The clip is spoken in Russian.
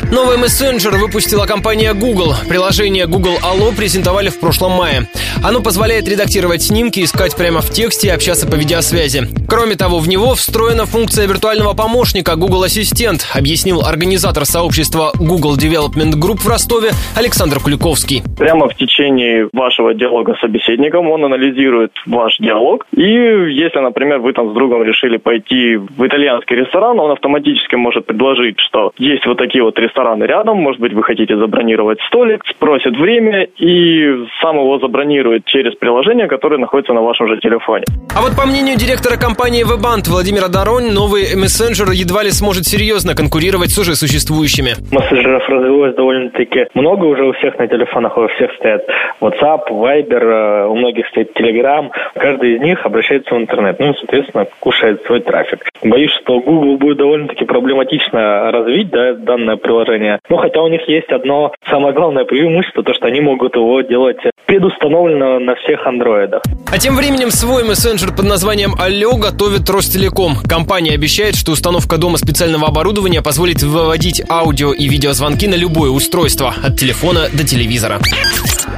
Новый мессенджер выпустила компания Google. Приложение Google Allo презентовали в прошлом мае. Оно позволяет редактировать снимки, искать прямо в тексте и общаться по видеосвязи. Кроме того, в него встроена функция виртуального помощника Google Ассистент, объяснил организатор сообщества Google Development Group в Ростове Александр Куликовский. Прямо в течение вашего диалога с собеседником он анализирует ваш диалог. И если, например, вы там с другом решили пойти в итальянский ресторан, он автоматически может предложить, что есть вот такие вот рестораны рядом, может быть, вы хотите забронировать столик, спросит время и сам его забронирует через приложение, которое находится на вашем же телефоне. А вот по мнению директора компании Webant Владимира Доронь, новый мессенджер едва ли сможет серьезно конкурировать с уже существующими. Мессенджеров развилось довольно-таки много уже у всех на телефонах, у всех стоят WhatsApp, Viber, у многих стоит Telegram. Каждый из них обращается в интернет, соответственно, кушает свой трафик. Боюсь, что Google будет довольно-таки проблематично развить данное приложение. Хотя у них есть одно самое главное преимущество, то что они могут его делать предустановленно на всех андроидах. А тем временем свой мессенджер под названием Allo готовит Ростелеком. Компания обещает, что установка дома специального оборудования позволит выводить аудио и видеозвонки на любое устройство, от телефона до телевизора.